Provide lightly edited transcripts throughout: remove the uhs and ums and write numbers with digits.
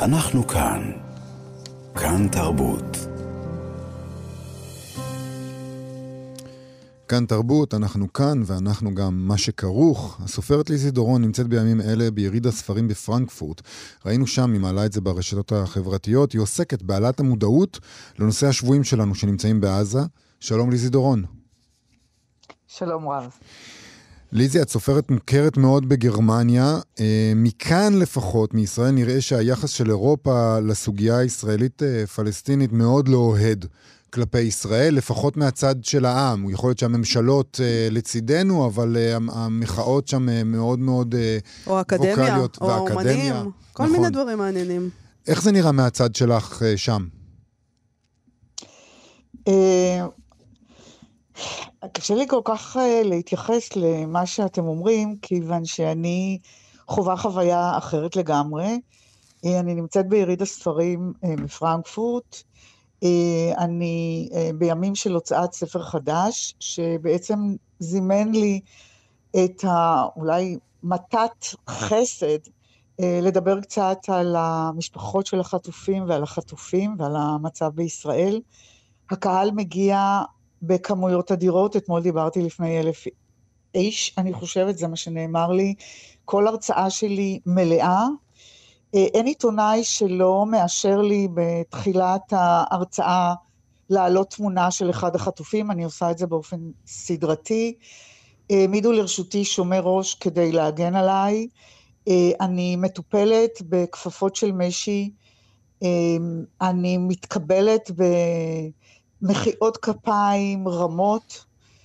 אנחנו כאן. כאן תרבות. כאן תרבות, אנחנו כאן, ואנחנו גם מה שכרוך. הסופרת ליזי דורון נמצאת בימים אלה ביריד הספרים בפרנקפורט. ראינו שם, היא מעלה את זה ברשתות החברתיות. היא עוסקת בעלת המודעות לנושא השבויים שלנו שנמצאים בעזה. שלום ליזי דורון. שלום רב. ליזי, את סופרת מוכרת מאוד בגרמניה. מכאן לפחות, מישראל, נראה שהיחס של אירופה לסוגיה הישראלית-פלסטינית מאוד לא אוהד כלפי ישראל, לפחות מהצד של העם. יכול להיות שהממשלות לצידנו, אבל המחאות שם מאוד מאוד או אקדמיה, ווקליות, או אומנים, כל נכון. מיני דברים מעניינים. איך זה נראה מהצד שלך שם? קשה לי כל כך להתייחס למה שאתם אומרים, כיוון שאני חווה חוויה אחרת לגמרי. אני נמצאת ביריד הספרים בפרנקפורט. אני בימים של הוצאת ספר חדש, שבעצם זימן לי את אולי מתת חסד, לדבר קצת על המשפחות של החטופים ועל החטופים ועל המצב בישראל. הקהל מגיע בכמויות אדירות, אתמול דיברתי לפני 1,000 איש, אני חושבת, זה מה שנאמר לי. כל הרצאה שלי מלאה, אין עיתונאי שלא מאשר לי בתחילת ההרצאה להעלות תמונה של אחד החטופים, אני עושה את זה באופן סדרתי. העמידו לרשותי שומר ראש כדי להגן עליי, אני מטופלת בכפפות של משי, אני מתקבלת במחיאות כפיים רמות,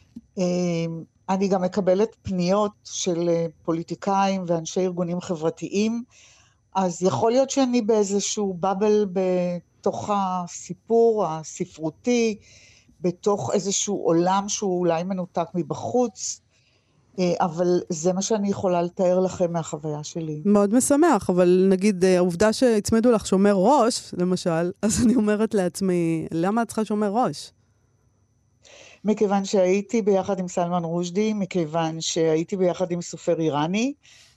אני גם מקבלת פניות של פוליטיקאים ואנשי ארגונים חברתיים, אז יכול להיות שאני באיזשהו בבל בתוך הסיפור הספרותי, בתוך איזשהו עולם שהוא אולי מנותק מבחוץ, אבל זה מה שאני יכולה לתאר לכם מהחוויה שלי. מאוד משמח, אבל נגיד העובדה שהצמדו לך שומר ראש, למשל, אז אני אומרת לעצמי, למה את צריכה שומר ראש? מכיוון שהייתי ביחד עם סלמן רושדי, מכיוון שהייתי ביחד עם סופר איראני,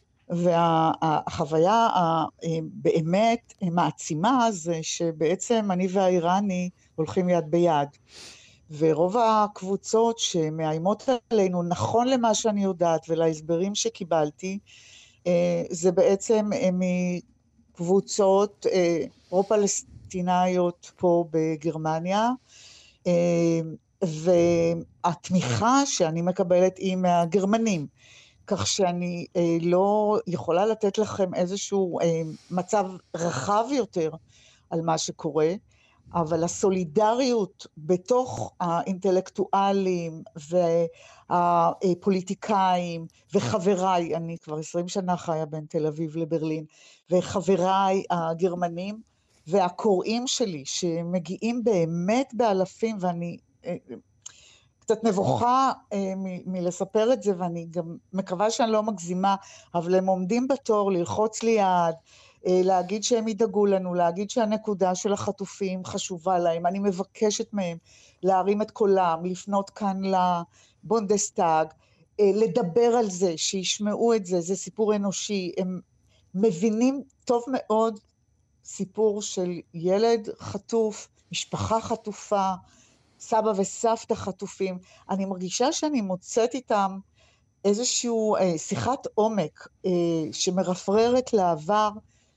והחוויה באמת מעצימה זה שבעצם אני והאיראני הולכים יד ביד. ורוב הקבוצות שמאיימות עלינו, נכון למה שאני יודעת ולהסברים שקיבלתי, זה בעצם מקבוצות פרו-פלסטינאיות פה בגרמניה, והתמיכה שאני מקבלת היא מהגרמנים, כך שאני לא יכולה לתת לכם איזשהו מצב רחב יותר על מה שקורה, אבל הסולידריות בתוך האינטלקטואלים והפוליטיקאים וחבריי, אני כבר 20 שנה חיה בין תל אביב לברלין, וחבריי הגרמנים והקוראים שלי שמגיעים באמת באלפים, ואני קצת נבוכה מלספר את זה, ואני גם מקווה שאני לא מגזימה, אבל הם עומדים בתור ללחוץ לי יד, להגיד שהם ידאגו לנו, להגיד שהנקודה של החטופים חשובה להם, אני מבקשת מהם להרים את קולם, לפנות כאן לבונדסטאג, לדבר על זה, שישמעו את זה, זה סיפור אנושי, הם מבינים טוב מאוד סיפור של ילד חטוף, משפחה חטופה, סבא וסבתא חטופים, אני מרגישה שאני מוצאת איתם איזשהו שיחת עומק שמרפררת לעבר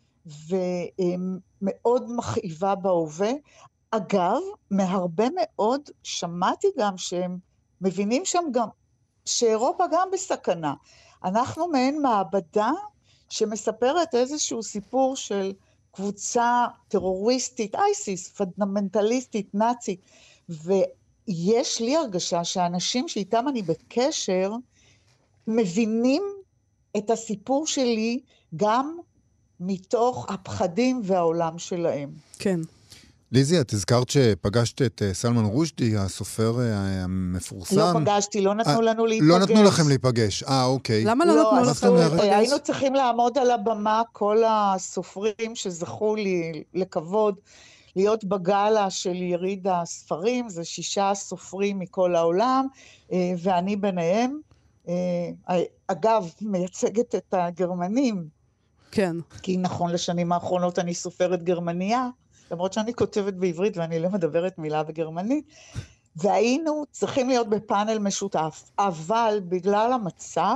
ומאוד מכאיבה בהווה. אגב, מהרבה מאוד שמעתי גם שהם מבינים שם גם שאירופה גם בסכנה. אנחנו מעין מעבדה שמספרת איזשהו סיפור של קבוצה טרוריסטית, אייסיס, פונדמנטליסטית, נאצית, ויש לי הרגשה שהאנשים שאיתם אני בקשר מבינים את הסיפור שלי גם מתוך הפחדים והעולם שלהם. כן. ליזי, את הזכרת שפגשת את סלמן רושדי, הסופר המפורסם. לא פגשתי, לא נתנו לנו להיפגש. לא נתנו לכם להיפגש, אוקיי. למה לא נתנו לכם להיפגש? היינו צריכים לעמוד על הבמה, כל הסופרים שזכו לי לכבוד, להיות בגלה של יריד הספרים, זה 6 סופרים מכל העולם, ואני ביניהם, אגב, מייצגת את הגרמנים. כן. כי נכון לשנים האחרונות אני סופרת גרמניה, למרות שאני כותבת בעברית ואני לא מדברת מילה בגרמנית, והיינו צריכים להיות בפאנל משותף, אבל בגלל המצב,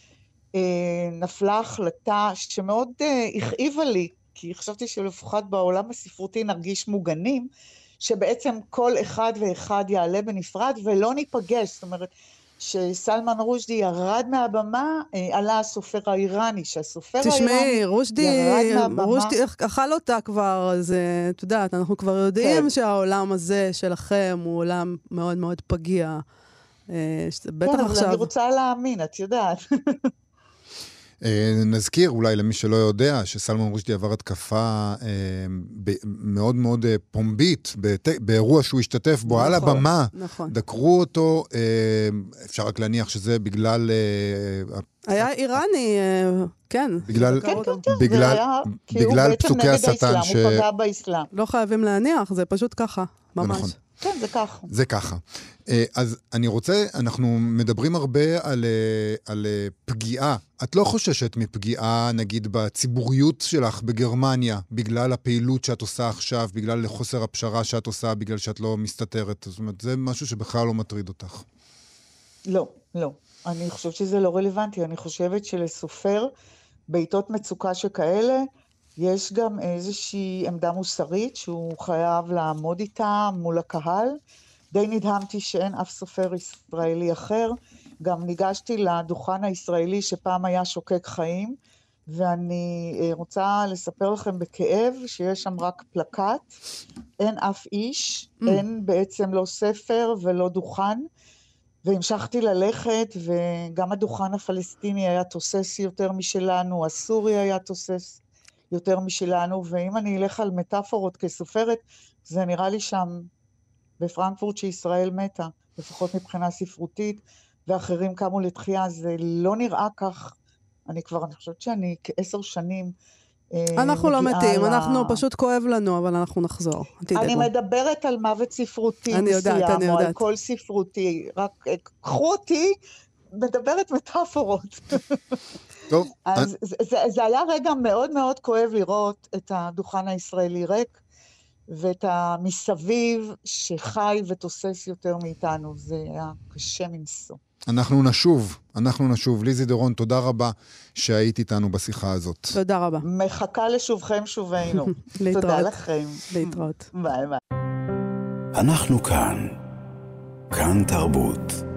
נפלה החלטה שמאוד הכאיבה לי, כי חשבתי שלפחות בעולם הספרותי נרגיש מוגנים, שבעצם כל אחד ואחד יעלה בנפרד ולא ניפגש, זאת אומרת, שסלמן רושדי ירד מהבמה, עלה הסופר האיראני, שהסופר האיראני ירד מהבמה. רושדי אכל אותה כבר, אז את יודעת, אנחנו כבר יודעים שהעולם הזה שלכם הוא עולם מאוד מאוד פגיע. בטח כן, עכשיו... אבל אני רוצה להאמין, את יודעת. נזכיר אולי למי שלא יודע שסלמן רושדי עבר התקפה מאוד מאוד פומבית באירוע שהוא השתתף בו על הבמה, דקרו אותו, אפשר רק להניח שזה בגלל... היה איראני, כן. בגלל פסוקי השטן הוא פגע באסלאם. לא חייבים להניח, זה פשוט ככה, ממש. כן, זה ככה. זה ככה. אז אני רוצה, אנחנו מדברים הרבה על פגיעה. את לא חוששת מפגיעה, נגיד, בציבוריות שלך בגרמניה, בגלל הפעילות שאת עושה עכשיו, בגלל חוסר הפשרה שאת עושה, בגלל שאת לא מסתתרת? זאת אומרת, זה משהו שבכלל לא מטריד אותך. לא, לא. אני חושבת שזה לא רלוונטי. אני חושבת שלסופר, בעיתות מצוקה שכאלה, יש גם איזושהי עמדה מוסרית שהוא חייב לעמוד איתה מול הקהל. די נדהמתי שאין אף סופר ישראלי אחר. גם ניגשתי לדוכן הישראלי שפעם היה שוקק חיים, ואני רוצה לספר לכם בכאב שיש שם רק פלקט, אין אף איש, אין בעצם לא ספר ולא דוכן, והמשכתי ללכת, וגם הדוכן הפלסטיני היה תוסס יותר משלנו, הסורי היה תוסס יותר משלנו, ואם אני אלך על מטאפורות כסופרת, זה נראה לי שם בפרנקפורט שישראל מתה, לפחות מבחינה ספרותית, ואחרים קמו לתחייה, זה לא נראה כך. אני חושבת שאני כ10 שנים אנחנו לא מתים, אנחנו פשוט כואב לנו, אבל אנחנו נחזור. אני מדברת על מוות ספרותי מסוים, או על כל ספרותי, רק קחו אותי, מדברת מטאפורות. טוב. אז זה היה רגע מאוד מאוד כואב לראות את הדוכן הישראלי ריק, ואת המסביב שחי ותוסס יותר מאיתנו, זה היה קשה מנשוא. אנחנו נשוב. ליזי דורון, תודה רבה שהיית איתנו בשיחה הזאת. תודה רבה. מחכה לשובכם שובנו. תודה לכם. להתראות. ביי ביי. אנחנו כאן תרבות.